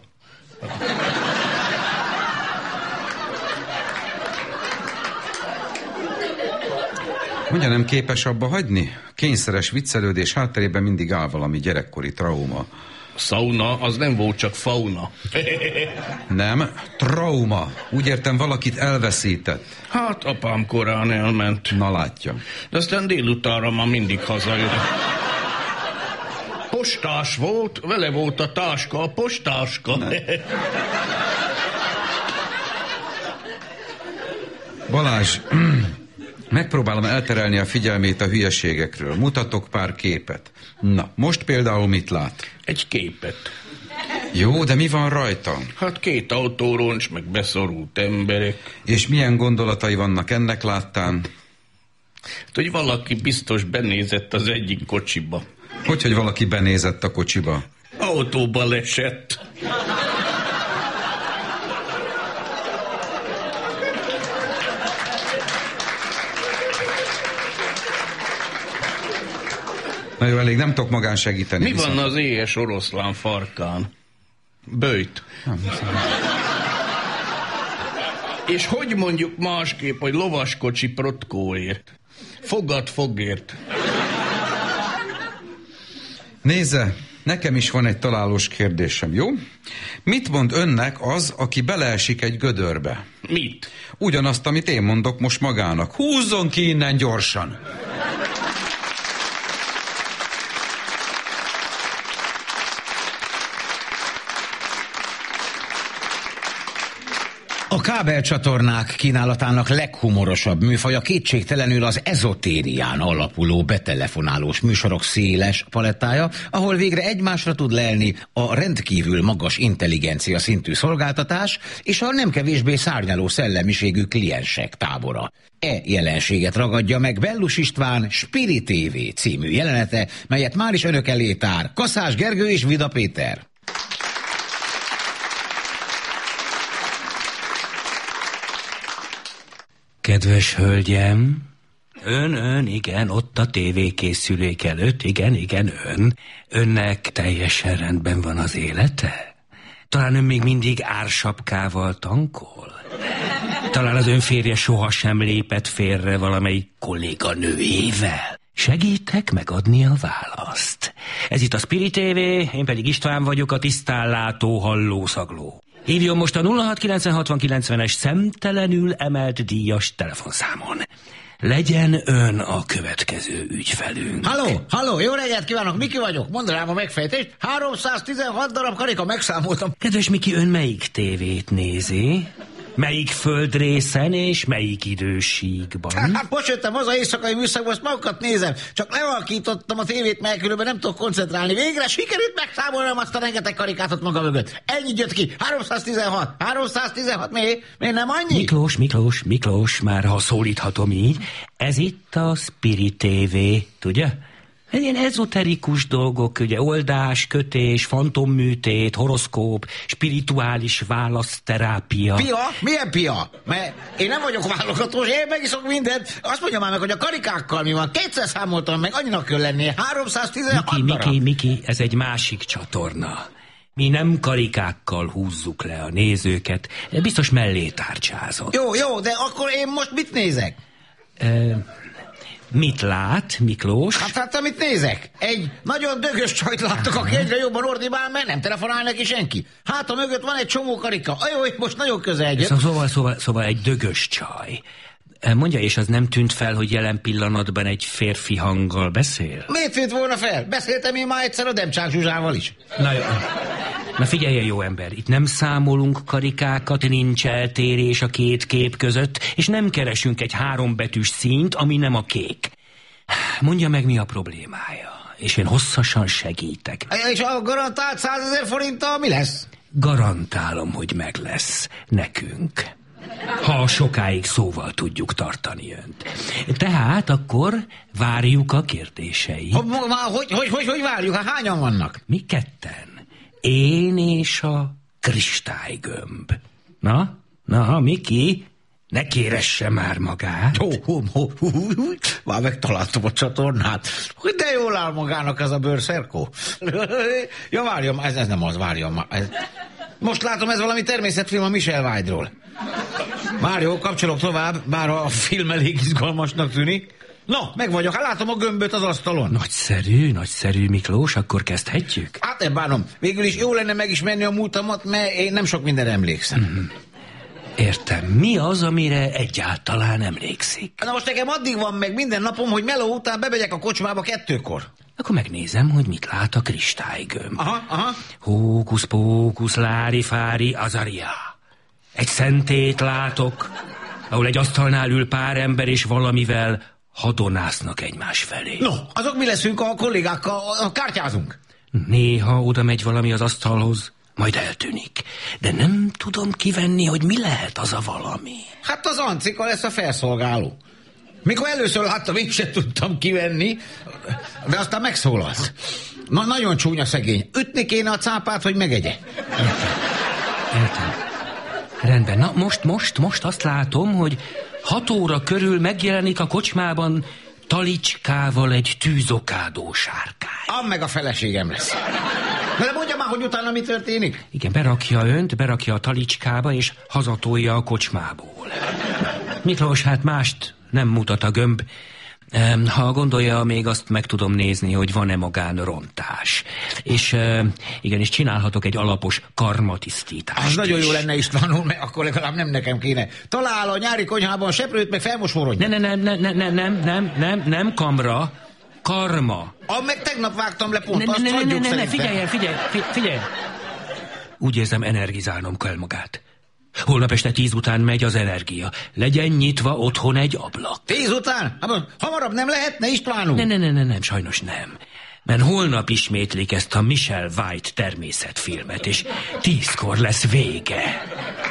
Speaker 14: Mondja, nem képes abba hagyni? Kényszeres viccelődés hátterében mindig áll valami gyerekkori trauma.
Speaker 10: Sauna, az nem volt csak fauna.
Speaker 14: Nem, trauma. Úgy értem, valakit elveszített.
Speaker 10: Hát apám korán elment.
Speaker 14: Na látja.
Speaker 10: De aztán délutánra már mindig hazajön. Postás volt, vele volt a táska, a postáska.
Speaker 14: Balázs, megpróbálom elterelni a figyelmét a hülyeségekről. Mutatok pár képet. Na, most például mit lát?
Speaker 10: Egy képet.
Speaker 14: Jó, de mi van rajta?
Speaker 10: Hát két autóroncs, meg beszorult emberek.
Speaker 14: És milyen gondolatai vannak ennek láttán?
Speaker 10: Hát, hogy valaki biztos benézett az egyik kocsiba.
Speaker 14: Hogy, hogy valaki benézett a kocsiba?
Speaker 10: Autóba lesett.
Speaker 14: Na jó, elég, nem tudok magán segíteni.
Speaker 10: Mi
Speaker 14: viszont.
Speaker 10: van az éhes oroszlán farkán? Böjt. És hogy mondjuk másképp, hogy lovaskocsi protkóért? Fogad fogért.
Speaker 14: Nézze, Nekem is van egy találós kérdésem, jó? Mit mond önnek az, aki beleesik egy gödörbe?
Speaker 10: Mit?
Speaker 14: Ugyanazt, amit én mondok most magának. Húzzon ki innen gyorsan!
Speaker 8: A kábelcsatornák kínálatának leghumorosabb műfaja kétségtelenül az ezotérián alapuló betelefonálós műsorok széles palettája, ahol végre egymásra tud lelni a rendkívül magas intelligencia szintű szolgáltatás és a nem kevésbé szárnyaló szellemiségű kliensek tábora. E jelenséget ragadja meg Bellus István Spirit té vé című jelenete, melyet már is önök elé tár Kaszás Gergő és Vida Péter.
Speaker 9: Kedves hölgyem, ön, ön, igen, ott a tévékészülék előtt, igen, igen, ön. Önnek teljesen rendben van az élete? Talán ön még mindig ársapkával tankol? Talán az ön férje sohasem lépett félre valamelyik kolléganőjével? Segítek megadni a választ. Ez itt a Spirit té vé, én pedig István vagyok, a tisztánlátó hallószagló. Hívjon most a nulla hat kilencven hatvan kilencvenes szemtelenül emelt díjas telefonszámon. Legyen ön a következő ügyfelünk.
Speaker 8: Halló, halló, jó reggelt kívánok, Miki vagyok, mondd rám a megfejtést. háromszáztizenhat darab karika, megszámoltam.
Speaker 9: Kedves Miki, ön melyik tévét nézi? Melyik földrészen és melyik idősíkban?
Speaker 8: Hát most jöttem haza éjszakai műszakban, azt magukat nézem. Csak levalkítottam a tévét, mert különben nem tudok koncentrálni. Végre sikerült megszámolnom azt a rengeteg karikátot maga mögött. Ennyi jött ki. háromszáztizenhat. háromszáztizenhat. Mi? Miért nem annyi?
Speaker 9: Miklós, Miklós, Miklós, már ha szólíthatom így. Ez itt a Spirit té vé, tudja? Ilyen ezoterikus dolgok, ugye oldás, kötés, fantomműtét, horoszkóp, spirituális választerápia.
Speaker 8: Pia? Milyen pia? Mert én nem vagyok válogatós, én megiszok mindent. Azt mondja már meg, hogy a karikákkal mi van. Kétszer számoltam meg, annyinak kell lennie. háromszáztizenhat
Speaker 9: Miki,
Speaker 8: darab.
Speaker 9: Miki, Miki, ez egy másik csatorna. Mi nem karikákkal húzzuk le a nézőket, biztos mellé tárcsázod.
Speaker 8: Jó, jó, de akkor én most mit nézek?
Speaker 9: E- Mit lát, Miklós?
Speaker 8: Hát, hát amit nézek. Egy nagyon dögös csajt láttok, aki egyre jobban ordibál, mert nem telefonál neki senki. Hát a mögött van egy csomó karika. Ajó, itt most nagyon közel jött.
Speaker 9: Szóval, szóval, szóval egy dögös csaj. Mondja, és az nem tűnt fel, hogy jelen pillanatban egy férfi hanggal beszél?
Speaker 8: Miért tűnt volna fel? Beszéltem én már egyszer a Demcsák Zsuzsával is.
Speaker 9: Na jó. Na figyeljen, jó ember, itt nem számolunk karikákat, nincs eltérés a két kép között, és nem keresünk egy hárombetűs színt, ami nem a kék. Mondja meg, mi a problémája, és én hosszasan segítek.
Speaker 8: És a garantált százezer forinttal mi lesz?
Speaker 9: Garantálom, hogy meg lesz nekünk. Ha sokáig szóval tudjuk tartani önt. Tehát akkor várjuk a kérdéseit.
Speaker 8: Hogy, hogy, hogy, hogy, hogy várjuk? Hát hányan vannak?
Speaker 9: Mi ketten. Én és a kristálygömb. Na, na, Miki, ne kéresse már magát.
Speaker 8: Ó, ó, ó, ó, ó, már megtaláltam a csatornát. Hogy de jól áll magának ez a bőrszerkó. Ja, várjam, ez, ez nem az, várjam már. Ez... Most látom, ez valami természetfilm a Michel Vájdról. Már jó, kapcsolok tovább, bár a film elég izgalmasnak tűnik. No, meg vagyok, hát látom a gömböt az asztalon.
Speaker 9: Nagyszerű, nagyszerű, Miklós, akkor kezdhetjük?
Speaker 8: Hát nem bánom, végül is jó lenne megismerni a múltamat, mert én nem sok mindenre emlékszem.
Speaker 9: Mm. Értem, mi az, amire egyáltalán emlékszik?
Speaker 8: Na most nekem addig van meg minden napom, hogy meló után bemegyek a kocsmába kettőkor.
Speaker 9: Akkor megnézem, hogy mit lát a kristálygömb.
Speaker 8: Aha, aha.
Speaker 9: Hókusz, pókusz, lári, fári, azaria. Egy szentét látok, ahol egy asztalnál ül pár ember és valamivel hadonásznak egymás felé.
Speaker 8: No, azok mi leszünk a kollégákkal, kártyázunk.
Speaker 9: Néha oda megy valami az asztalhoz, majd eltűnik. De nem tudom kivenni, hogy mi lehet az a valami.
Speaker 8: Hát az Ancika lesz a felszolgáló. Mikor először láttam, én sem tudtam kivenni, de aztán megszólalt. Na, nagyon csúnya szegény. Ütni kéne a cápát, hogy megegye.
Speaker 9: Értem. Értem. Rendben, na most, most, most azt látom, hogy hat óra körül megjelenik a kocsmában talicskával egy tűzokádó sárkány.
Speaker 8: Am meg a feleségem lesz. De mondja már, hogy utána mi történik?
Speaker 9: Igen, berakja önt, berakja a talicskába, és hazatolja a kocsmából. Miklós, hát mást nem mutat a gömb. Ha gondolja, még azt meg tudom nézni, hogy van-e magánrontás. És igenis csinálhatok egy alapos karmatisztítást.
Speaker 8: Az nagyon
Speaker 9: is.
Speaker 8: jó lenne, István úr, mert akkor legalább nem nekem kéne. Talál a nyári konyhában seprőt, meg felmosóronnyat.
Speaker 9: Nem, nem, nem, nem, nem, nem, nem, nem, nem kamra, karma.
Speaker 8: Ah, meg tegnap vágtam le pont,
Speaker 9: ne,
Speaker 8: azt
Speaker 9: ne, ne,
Speaker 8: adjuk
Speaker 9: ne, ne,
Speaker 8: szerintem.
Speaker 9: figyeljen, figyelj, figyelj. Úgy érzem, energizálnom kell magát. Holnap este tíz után megy az energia. Legyen nyitva otthon egy ablak.
Speaker 8: Tíz után? Hamarabb nem lehetne, István úr?
Speaker 9: Ne, ne, ne, ne, nem, sajnos nem. Mert holnap ismétlik ezt a Michelle White természetfilmet, és tízkor lesz vége.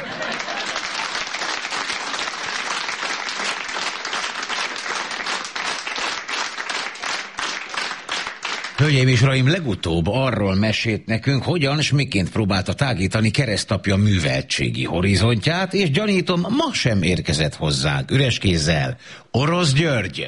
Speaker 8: Hölgyeim és uraim, legutóbb arról mesélt nekünk, hogyan s miként próbálta tágítani keresztapja műveltségi horizontját, és gyanítom, ma sem érkezett hozzánk üres kézzel. Orosz György!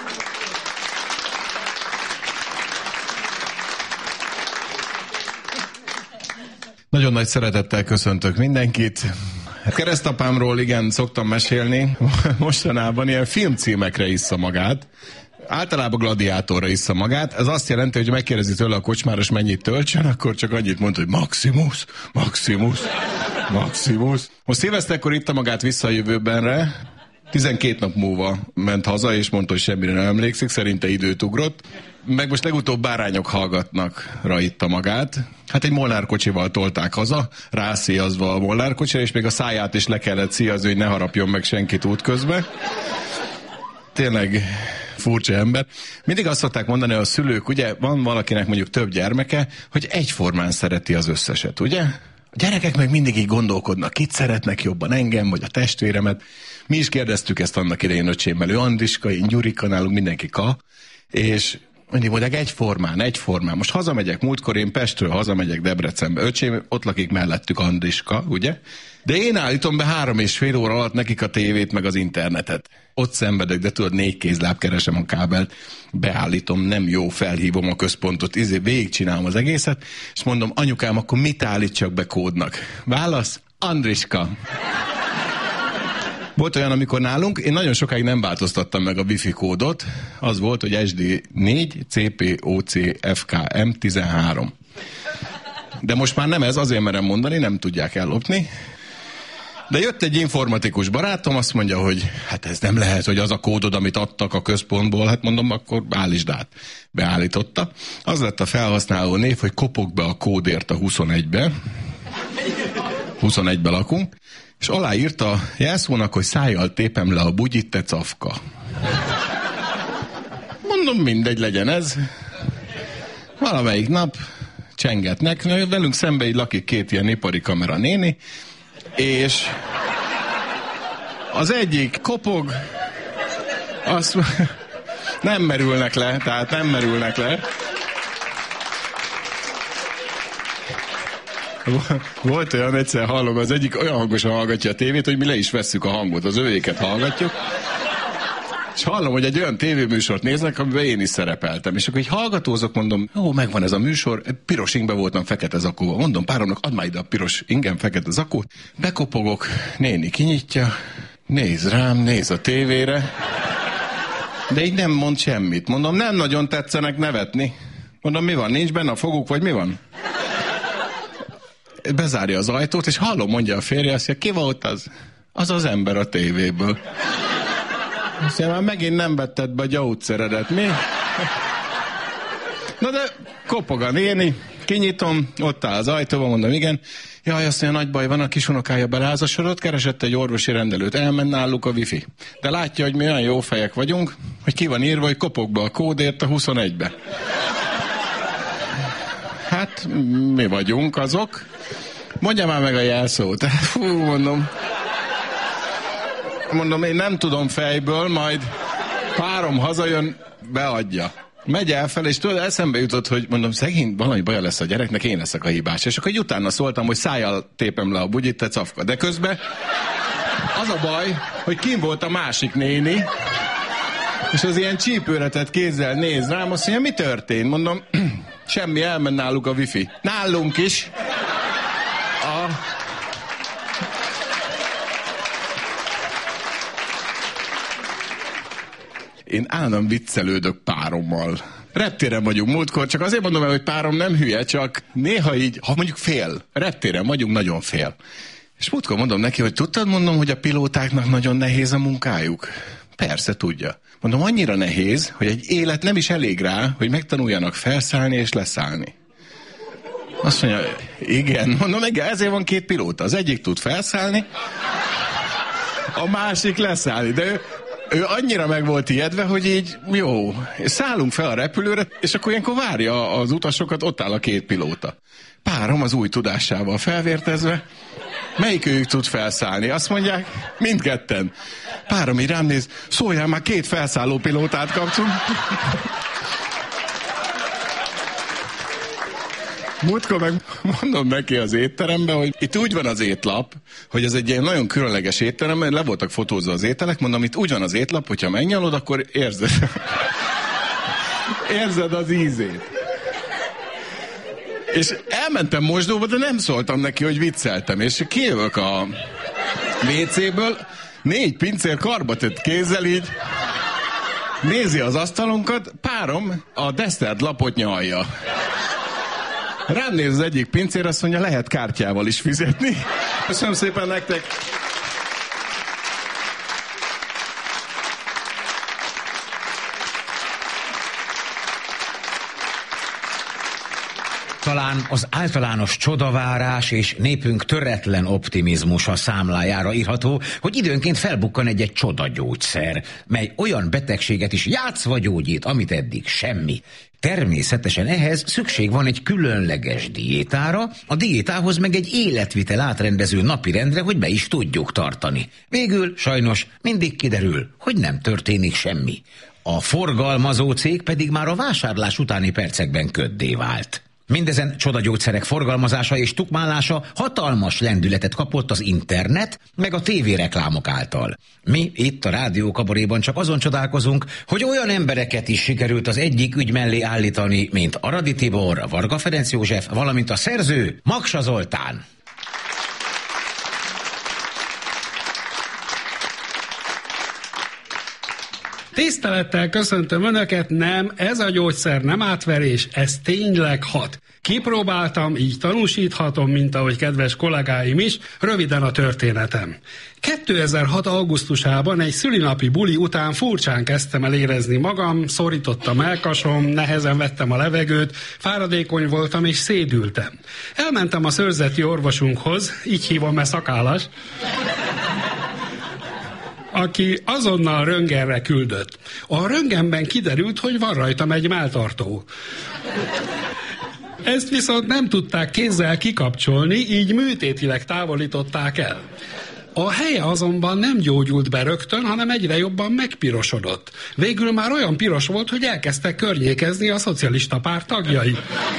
Speaker 15: Nagyon nagy szeretettel köszöntök mindenkit. Keresztapámról igen szoktam mesélni, mostanában ilyen filmcímekre issza magát. Általában gladiátorra issza magát. Ez azt jelenti, hogy megkérdezi tőle a kocsmáros mennyit töltsön, akkor csak annyit mond, hogy Maximus, Maximus, Maximus. Most szilveszterkor itta magát vissza a jövőbenre. tizenkét nap múlva ment haza, és mondta, hogy semmire nem emlékszik, szerinte időt ugrott. Meg most legutóbb Bárányok hallgatnak-ra itta magát. Hát egy Molnár kocsival tolták haza, rászíjazva a Molnár kocsira, és még a száját is le kellett szíjazni, hogy ne harapjon meg senkit útközben. Tényleg furcsa ember. Mindig azt szokták mondani a szülők, ugye, van valakinek mondjuk több gyermeke, hogy egyformán szereti az összeset, ugye? A gyerekek meg mindig így gondolkodnak, kit szeretnek jobban, engem, vagy a testvéremet. Mi is kérdeztük ezt annak idején öcsémmel, ő Andiska, én Gyurika, nálunk mindenki Ka, és mindig mondják, egyformán, egyformán. Most hazamegyek, múltkor én Pestről hazamegyek Debrecenbe, öcsém, ott lakik mellettük Andiska, ugye? De én állítom be három és fél óra alatt nekik a tévét, meg az internetet. Ott szenvedek, de tudod, négy kézláb keresem a kábelt, beállítom, nem jó, felhívom a központot, izé, végigcsinálom az egészet, és mondom, anyukám, akkor mit állítsak be kódnak? Válasz? Andriska. Volt olyan, amikor nálunk, én nagyon sokáig nem változtattam meg a wifi kódot, az volt, hogy es dé négy cé pé o cé ef ká em tizenhárom. De most már nem ez, azért merem mondani, nem tudják ellopni. De jött egy informatikus barátom, azt mondja, hogy hát ez nem lehet, hogy az a kódod, amit adtak a központból, hát mondom, akkor állítsd át. Beállította. Az lett a felhasználó név, hogy kopog be a kódért a huszonegybe. huszonegybe lakunk. És aláírta a jelszónak, hogy szájjal tépem le a bugyit, te cafka. Mondom, mindegy, legyen ez. Valamelyik nap csengetnek, velünk szembe így lakik két ilyen ipari kamera néni, és az egyik kopog, azt nem merülnek le, tehát nem merülnek le. Volt olyan, egyszer hallom, az egyik olyan hangosan hallgatja a tévét, hogy mi le is vesszük a hangot, az övéket hallgatjuk. És hallom, hogy egy olyan tévéműsort néznek, amiben én is szerepeltem. És akkor így hallgatózok, mondom, ó, megvan ez a műsor, piros ingbe voltam, fekete zakóban. Mondom páromnak, add már ide a piros ingem, fekete zakót. Bekopogok, néni kinyitja, néz rám, néz a tévére. De így nem mond semmit. Mondom, nem nagyon tetszenek nevetni. Mondom, mi van, nincs benne a foguk, vagy mi van? Bezárja az ajtót, és hallom, mondja a férje, azt mondja, ki volt az? Az az ember a tévéből. Azt mondja, már megint nem vetted be a gyógyszeredet, mi? Na de kopog a néni, kinyitom, ott áll az ajtóban, mondom, igen. Jaj, azt mondja, nagy baj van, a kisunokája belázasodott, keresett egy orvosi rendelőt, elment náluk a wifi. De látja, hogy mi olyan jó fejek vagyunk, hogy ki van írva, hogy kopog be a kódért a huszonegybe. Hát, mi vagyunk azok. Mondja már meg a jelszót. Fú, mondom. Mondom, én nem tudom fejből, majd párom hazajön, beadja. Megy elfel, és tudod, eszembe jutott, hogy mondom, szegény, valami baja lesz a gyereknek, én leszek a hibás. És akkor így utána szóltam, hogy szájjal tépem le a bugyit, te cafka. De közben az a baj, hogy kim volt a másik néni, és az ilyen csípőretett kézzel néz rám, azt mondja, mi történt? Mondom, semmi, elment náluk a wifi. Nálunk is. A... én állandóan viccelődök párommal. Reptéren vagyunk múltkor, csak azért mondom el, hogy párom nem hülye, csak néha így, ha mondjuk fél, reptéren vagyunk, nagyon fél. És múltkor mondom neki, hogy tudtad, mondom, hogy a pilótáknak nagyon nehéz a munkájuk? Persze tudja. Mondom, annyira nehéz, hogy egy élet nem is elég rá, hogy megtanuljanak felszállni és leszállni. Azt mondja, igen, mondom, igen, ezért van két pilóta. Az egyik tud felszállni, a másik leszállni, de ő, ő annyira meg volt ijedve, hogy így jó, szállunk fel a repülőre, és akkor ilyenkor várja az utasokat, ott áll a két pilóta. Párom az új tudásával felvértezve, melyik őjük tud felszállni? Azt mondják, mindketten. Párom így rám néz, szóljál már, két felszálló pilótát kaptunk. Múltkor meg mondom neki az étteremben, hogy itt úgy van az étlap, hogy ez egy ilyen nagyon különleges étterem, mert le voltak fotózva az ételek, mondom, itt úgy van az étlap, hogyha megnyalod, akkor érzed. érzed az ízét. És elmentem mosdóba, de nem szóltam neki, hogy vicceltem, és kijövök a vécéből, négy pincér karbatett kézzel így, nézi az asztalunkat, párom a desszert lapot nyalja. Rám néz az egyik pincér, azt mondja, lehet kártyával is fizetni. Köszönöm szépen nektek!
Speaker 8: Talán az általános csodavárás és népünk töretlen optimizmusa számlájára írható, hogy időnként felbukkan egy-egy csodagyógyszer, mely olyan betegséget is játszva gyógyít, amit eddig semmi. Természetesen ehhez szükség van egy különleges diétára, a diétához meg egy életvitel átrendező napirendre, hogy be is tudjuk tartani. Végül sajnos mindig kiderül, hogy nem történik semmi. A forgalmazó cég pedig már a vásárlás utáni percekben köddé vált. Mindezen csodagyógyszerek forgalmazása és tukmálása hatalmas lendületet kapott az internet, meg a tévéreklámok által. Mi itt a Rádió Kabaréban csak azon csodálkozunk, hogy olyan embereket is sikerült az egyik ügy mellé állítani, mint Aradi Tibor, Varga Ferenc József, valamint a szerző, Maksa Zoltán.
Speaker 16: Tisztelettel köszöntöm Önöket, nem, ez a gyógyszer nem átverés, ez tényleg hat. Kipróbáltam, így tanúsíthatom, mint ahogy kedves kollégáim is, röviden a történetem. kétezer-hat. augusztusában egy szülinapi buli után furcsán kezdtem el érezni magam, szorított a mellkasom, nehezen vettem a levegőt, fáradékony voltam és szédültem. Elmentem a szőrzeti orvosunkhoz, így hívom, mert szakállas, aki azonnal röntgenre küldött. A röntgenben kiderült, hogy van rajtam egy melltartó. Ezt viszont nem tudták kézzel kikapcsolni, így műtétileg távolították el. A helye azonban nem gyógyult be rögtön, hanem egyre jobban megpirosodott. Végül már olyan piros volt, hogy elkezdtek környékezni a szocialista párt tagjai.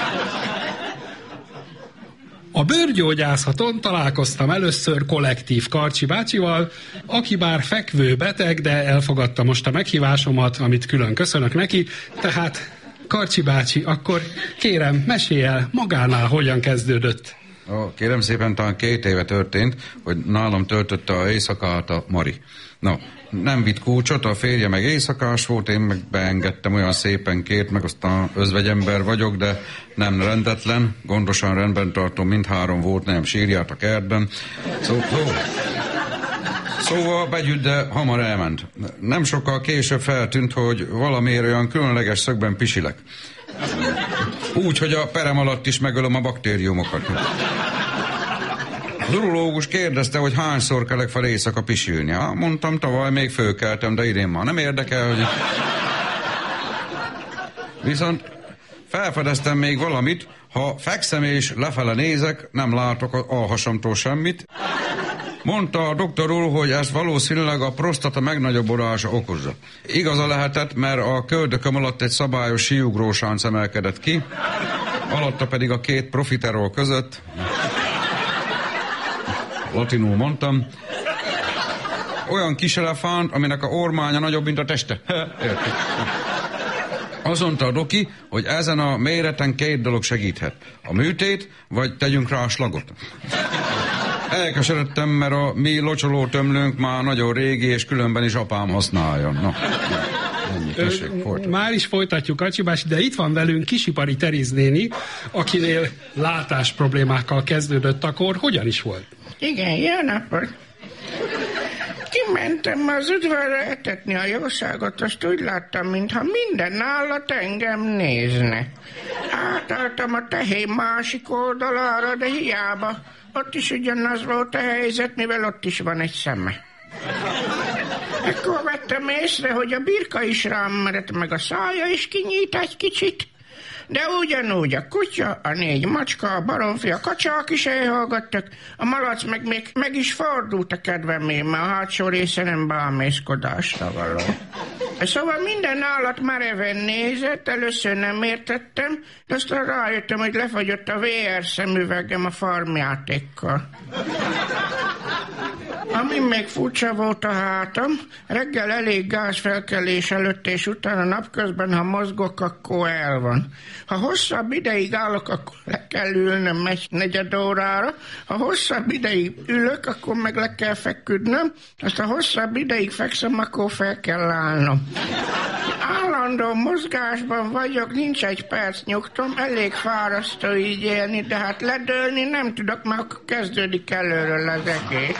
Speaker 16: A bőrgyógyászaton találkoztam először kollektív Karcsi bácsival, aki bár fekvő beteg, de elfogadta most a meghívásomat, amit külön köszönök neki, tehát Karcsi bácsi, akkor kérem, mesélj el, magánál hogyan kezdődött?
Speaker 14: Ó, kérem szépen, talán két éve történt, hogy nálam töltötte a éjszakát a Mari. No, nem vitt kulcsot, a férje meg éjszakás volt, én meg beengedtem, olyan szépen kért, meg aztán özvegyember vagyok, de nem rendetlen, gondosan rendben tartom, mindhárom volt, nem sírját a kertben. Szó, szó. Szóval begyütt, de hamar elment. Nem sokkal később feltűnt, hogy valamiért olyan különleges szögben pisilek. Úgy, hogy a perem alatt is megölöm a baktériumokat. Az urológus kérdezte, hogy hányszor kellek fel éjszaka pisilni. Ha, mondtam, tavaly még fölkeltem, de idén már nem érdekel, hogy... Viszont felfedeztem még valamit, ha fekszem és lefele nézek, nem látok a alhasamtól semmit. Mondta a doktor úr, hogy ezt valószínűleg a prostata megnagyobbodása okozza. Igaza lehetett, mert a köldököm alatt egy szabályos síugrósánc emelkedett ki, alatta pedig a két profiterol között, latinul mondtam, olyan kis elefánt, aminek a ormánya nagyobb, mint a teste. Érted? Azt mondta a doki, hogy ezen a méreten két dolog segíthet. A műtét, vagy tegyünk rá a slagot. elkeseredtem, mert a mi locsoló tömlőnk már nagyon régi, és különben is apám használja. Na, ennyi, tessék,
Speaker 16: Ö, már is folytatjuk, Acsibás, de itt van velünk Kisipari Teréz néni, akinél látás problémákkal kezdődött akkor. Hogyan is volt?
Speaker 17: Igen, jó napot! Kimentem az udvarra etetni a jószágot, azt úgy láttam, mintha minden állat engem nézne. Átálltam a tehén másik oldalára, de hiába. Ott is ugyanaz volt a helyzet, mivel ott is van egy szeme. Ekkor vettem észre, hogy a birka is rám merett, meg a szája is kinyílt egy kicsit. De ugyanúgy a kutya, a négy macska, a baromfi, a kacsák is elhallgattak, a malac meg még meg is fordult a kedvemén, mert a hátsó része nem bámészkodásra való. Szóval minden állat mereven nézett, először nem értettem, de aztán rájöttem, hogy lefagyott a vé er szemüvegem a farmjátékkal. Ami még furcsa volt a hátam, reggel elég gázfelkelés előtt és utána napközben, ha mozgok, akkor el van. Ha hosszabb ideig állok, akkor le kell ülnöm egy negyed órára, ha hosszabb ideig ülök, akkor meg le kell feküdnöm, azt ha hosszabb ideig fekszem, akkor fel kell állnom. Állandó mozgásban vagyok, nincs egy perc nyugtom, elég fárasztó így élni, de hát ledőlni nem tudok, mert akkor kezdődik előről az egész.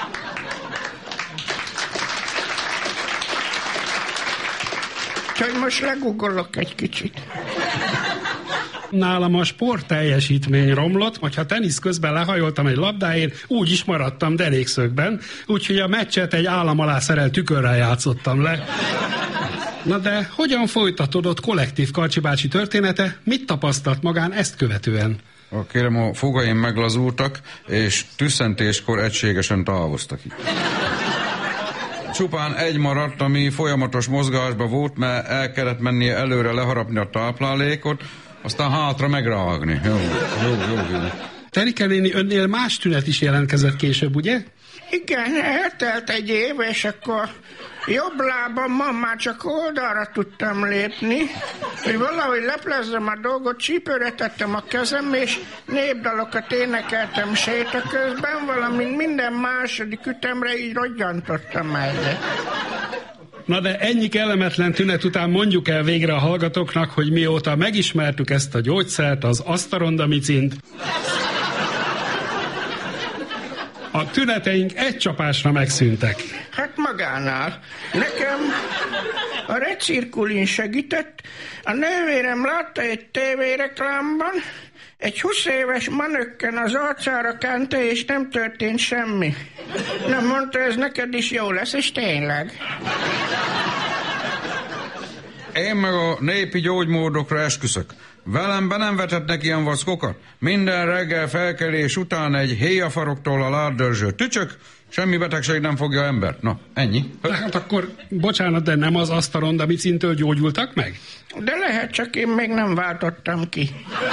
Speaker 17: Úgyhogy most legugolok egy kicsit.
Speaker 16: Nálam a sport teljesítmény romlott, hogyha tenisz közben lehajoltam egy labdáért, úgy is maradtam derékszögben, úgyhogy a meccset egy állam alá szerelt tükörrel játszottam le. Na de hogyan folytatódott kollektív Karcsi bácsi története, mit tapasztalt magán ezt követően?
Speaker 14: Kérem, a fogaim meglazultak, és tüsszentéskor egységesen távoztak itt. Csupán egy maradt, ami folyamatos mozgásban volt, mert el kellett mennie előre leharapni a táplálékot, aztán hátra megrágni. Jó, jó, jó, jó.
Speaker 16: Terike néni, önnél más tünet is jelentkezett később, ugye?
Speaker 17: Igen, eltelt egy év, és akkor jobb lábammal már csak oldalra tudtam lépni, hogy valahogy leplezzem a dolgot, csípőre tettem a kezem, és népdalokat énekeltem séta közben, valamint minden második ütemre így rogyantottam egyet.
Speaker 16: Na de ennyi kellemetlen tünet után mondjuk el végre a hallgatóknak, hogy mióta megismertük ezt a gyógyszert, az asztarondamicint, a tüneteink egy csapásra megszűntek.
Speaker 17: Hát magánál. Nekem a recirkulin segített, a nővérem látta egy tévéreklámban, egy húsz éves manökken az arcára kente, és nem történt semmi. Nem mondta, ez neked is jó lesz, és tényleg.
Speaker 14: Én meg a népi gyógymódokra esküszök. Velem be nem vethetnek ilyen vackokat. Minden reggel felkelés után egy héjafaroktól a lárdörzső tücsök, semmi betegség nem fogja embert. Na, ennyi.
Speaker 16: Hát akkor, bocsánat, de nem az asztarondamicintől gyógyultak meg?
Speaker 17: De lehet, csak én még nem váltottam ki.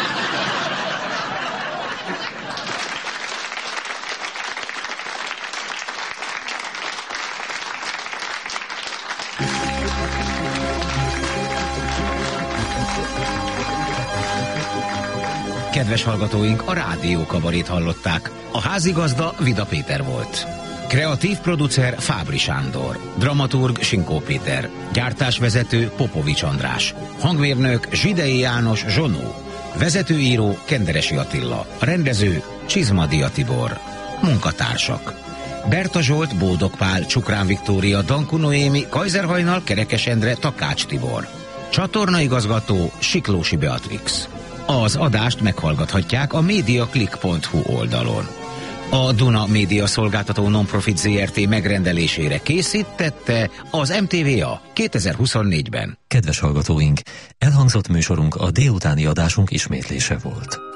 Speaker 8: Kedves hallgatóink, a Rádió Kabarét hallották. A házigazda Vida Péter volt. Kreatív producer Fábri Sándor. Dramaturg Sinkó Péter. Gyártásvezető Popovics András. Hangmérnök Zsidei János Zsonó. Vezetőíró Kenderesi Attila. Rendező Csizmadia Tibor. Munkatársak: Berta Zsolt, Boldog Pál, Csukrán Viktória, Danku Noémi, Kajzerhajnal, Kerekes Endre, Takács Tibor. Csatornaigazgató Siklósi Beatrix. Az adást meghallgathatják a mediaclick pont hu oldalon. A Duna Média Szolgáltató Nonprofit zé er té megrendelésére készítette az em té vé á kétezer-huszonnégyben.
Speaker 3: Kedves hallgatóink, elhangzott műsorunk a délutáni adásunk ismétlése volt.